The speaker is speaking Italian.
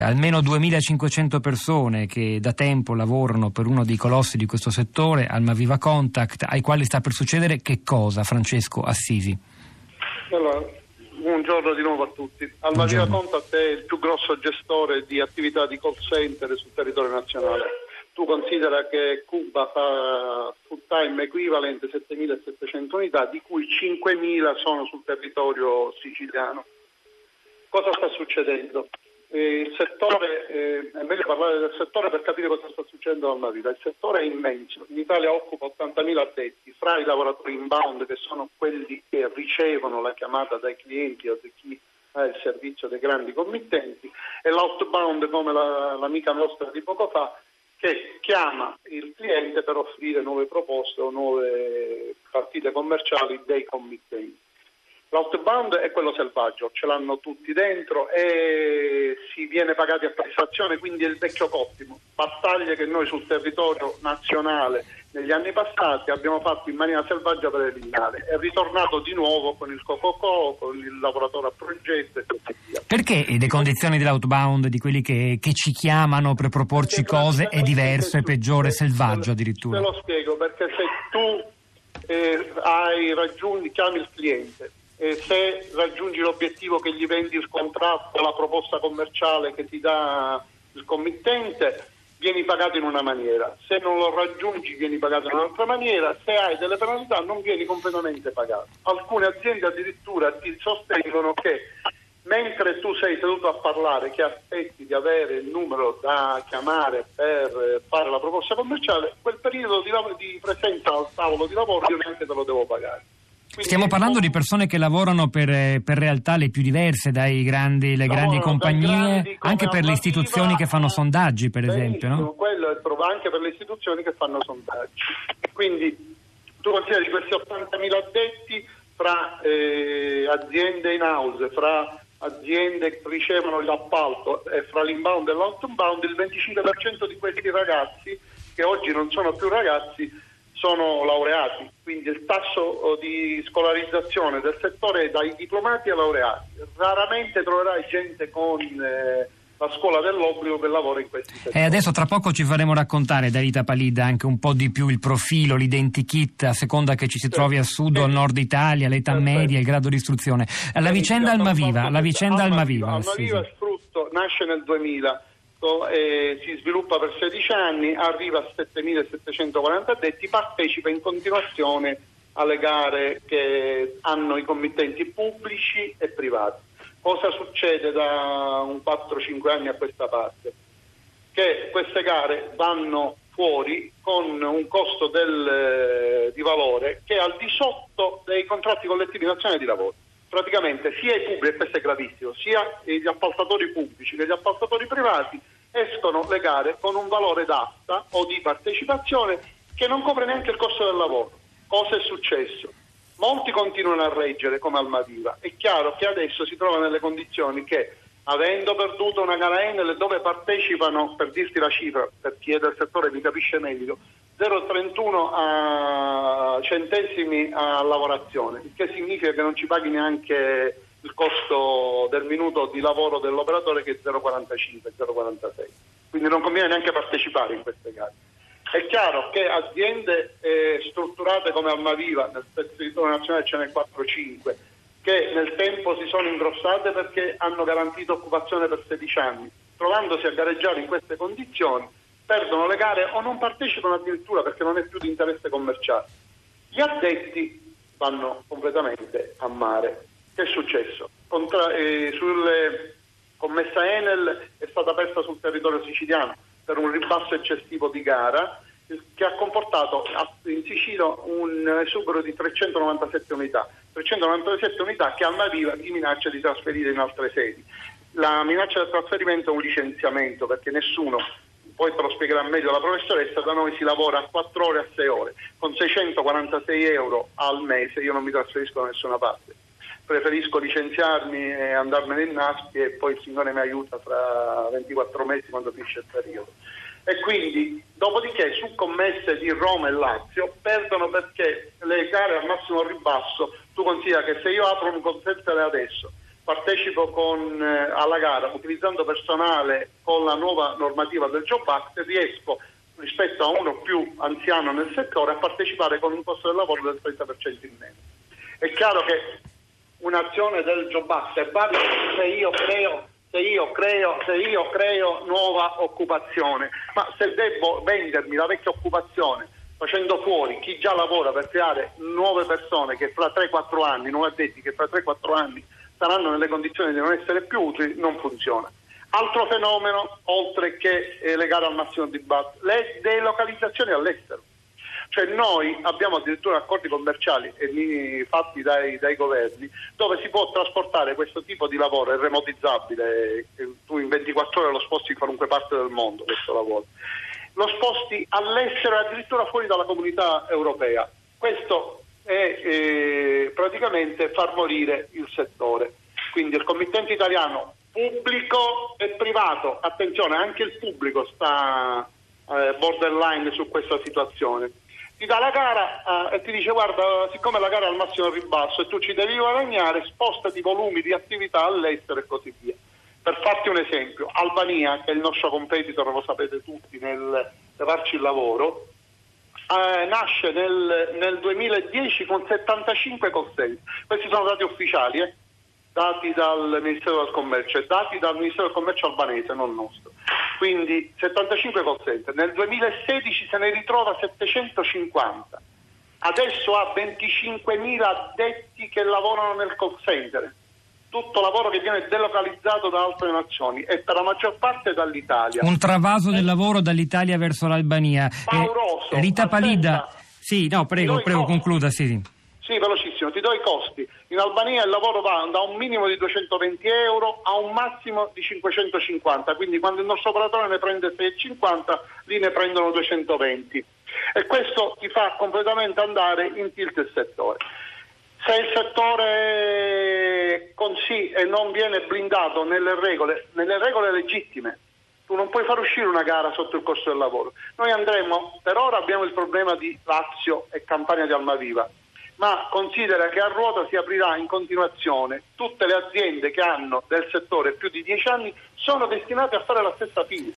Almeno 2500 persone che da tempo lavorano per uno dei colossi di questo settore, Almaviva Contact, ai quali sta per succedere che cosa, Francesco Assisi? Allora, buongiorno di nuovo a tutti. Almaviva Contact è il più grosso gestore di attività di call center sul territorio nazionale. Tu considera che Cuba fa full time equivalente 7.700 unità, di cui 5.000 sono sul territorio siciliano. Cosa sta succedendo? Il settore, è meglio parlare del settore per capire cosa sta succedendo a Almaviva. Il settore è immenso, in Italia occupa 80.000 addetti, fra i lavoratori inbound, che sono quelli che ricevono la chiamata dai clienti o di chi ha il servizio dei grandi committenti, e l'outbound, come l'amica nostra di poco fa, che chiama il cliente per offrire nuove proposte o nuove partite commerciali dei committenti. L'outbound è quello selvaggio, ce l'hanno tutti dentro e si viene pagati a prestazione, quindi è il vecchio cottimo. Battaglie che noi sul territorio nazionale negli anni passati abbiamo fatto in maniera selvaggia per eliminare. È ritornato di nuovo con il co-co-co, con il lavoratore a progetto e così via. Perché le condizioni dell'outbound, di quelli che ci chiamano per proporci cose, è diverso, è peggiore, selvaggio addirittura? Te lo spiego, perché se tu chiami il cliente, se raggiungi l'obiettivo che gli vendi il contratto, la proposta commerciale che ti dà il committente, vieni pagato in una maniera. Se non lo raggiungi vieni pagato in un'altra maniera. Se hai delle penalità non vieni completamente pagato. Alcune aziende addirittura ti sostengono che mentre tu sei seduto a parlare, che aspetti di avere il numero da chiamare per fare la proposta commerciale, quel periodo di presenza al tavolo di lavoro io neanche te lo devo pagare. Quindi stiamo parlando di persone che lavorano per realtà le più diverse, le grandi compagnie, anche per le istituzioni che fanno sondaggi, per esempio, no? Quello è anche per le istituzioni che fanno sondaggi. Quindi tu consideri questi 80.000 addetti fra aziende in house, fra aziende che ricevono l'appalto e fra l'inbound e l'outbound, il 25% di questi ragazzi, che oggi non sono più ragazzi, sono laureati, quindi il tasso di scolarizzazione del settore è dai diplomati ai laureati. Raramente troverai gente con la scuola dell'obbligo che lavora in questi settori. Adesso tra poco ci faremo raccontare da Rita Palida anche un po' di più il profilo, l'identikit, a seconda che ci si trovi a sud o al nord Italia, l'età media, il grado di istruzione. La vicenda Almaviva. Almaviva è frutto, nasce nel 2000. Si sviluppa per 16 anni, arriva a 7.740 addetti, partecipa in continuazione alle gare che hanno i committenti pubblici e privati. Cosa succede da un 4-5 anni a questa parte? Che queste gare vanno fuori con un costo di valore che è al di sotto dei contratti collettivi nazionali di lavoro. Praticamente sia i pubblici, e questo è gravissimo, sia gli appaltatori pubblici che gli appaltatori privati escono le gare con un valore d'asta o di partecipazione che non copre neanche il costo del lavoro. Cosa è successo? Molti continuano a reggere come Almaviva. È chiaro che adesso si trova nelle condizioni che, avendo perduto una gara Enel dove partecipano, per dirti la cifra, per chi è del settore mi capisce meglio, 0,31 centesimi a lavorazione, il che significa che non ci paghi neanche il costo del minuto di lavoro dell'operatore, che è 0,45, 0,46. Quindi non conviene neanche partecipare in queste gare. È chiaro che aziende strutturate come Almaviva, nel territorio nazionale ce n'è 4-5, che nel tempo si sono ingrossate perché hanno garantito occupazione per 16 anni, trovandosi a gareggiare in queste condizioni, perdono le gare o non partecipano addirittura perché non è più di interesse commerciale. Gli addetti vanno completamente a mare. Che è successo? Sulle commessa Enel è stata persa sul territorio siciliano per un ribasso eccessivo di gara che ha comportato in Sicilia un esubero di 397 unità. 397 unità che Almaviva ti minaccia di trasferire in altre sedi. La minaccia del trasferimento è un licenziamento, perché nessuno, poi te lo spiegherà meglio la professoressa, da noi si lavora a 4 ore a 6 ore, con 646 euro al mese io non mi trasferisco da nessuna parte. Preferisco licenziarmi e andarmene in Naspi e poi il Signore mi aiuta fra 24 mesi quando finisce il periodo. E quindi, dopodiché, su commesse di Roma e Lazio perdono perché le gare al massimo ribasso, tu considera che se io apro un call center adesso partecipo alla gara utilizzando personale con la nuova normativa del Job Act, riesco rispetto a uno più anziano nel settore a partecipare con un costo del lavoro del 30% in meno. È chiaro che un'azione del Job Act è valida se io creo nuova occupazione, ma se devo vendermi la vecchia occupazione facendo fuori chi già lavora per creare nuove persone che fra 3-4 anni, nuovi addetti che fra 3-4 anni saranno nelle condizioni di non essere più utili, non funziona. Altro fenomeno, oltre che legare al massimo dibattito, le delocalizzazioni all'estero. Cioè noi abbiamo addirittura accordi commerciali fatti dai governi dove si può trasportare questo tipo di lavoro, è remotizzabile, tu in 24 ore lo sposti in qualunque parte del mondo questo lavoro, lo sposti all'estero e addirittura fuori dalla comunità europea. Questo è praticamente far morire il settore. Quindi il committente italiano pubblico e privato, attenzione, anche il pubblico sta borderline su questa situazione. Ti dà la gara e ti dice guarda, siccome la gara è al massimo ribasso e tu ci devi guadagnare, spostati volumi di attività all'estero e così via. Per farti un esempio, Albania, che è il nostro competitor, lo sapete tutti, nel levarci il lavoro, nasce nel 2010 con 75 call center. Questi sono dati ufficiali, dati dal Ministero del Commercio e dati dal Ministero del Commercio albanese, non nostro. Quindi 75 call center. Nel 2016 se ne ritrova 750. Adesso ha 25.000 addetti che lavorano nel call center. Tutto lavoro che viene delocalizzato da altre nazioni e per la maggior parte dall'Italia. Un travaso del lavoro dall'Italia verso l'Albania. Pauroso. Rita Palida. Sì, no, prego, concluda, sì. Sì, velocissimo, ti do i costi. In Albania il lavoro va da un minimo di 220 euro a un massimo di 550, quindi quando il nostro operatore ne prende 6,50, lì ne prendono 220. E questo ti fa completamente andare in tilt il settore. Se il settore così e non viene blindato nelle regole legittime, tu non puoi far uscire una gara sotto il costo del lavoro. Noi per ora abbiamo il problema di Lazio e Campania di Almaviva, ma considera che a ruota si aprirà in continuazione. Tutte le aziende che hanno del settore più di 10 anni sono destinate a fare la stessa fine.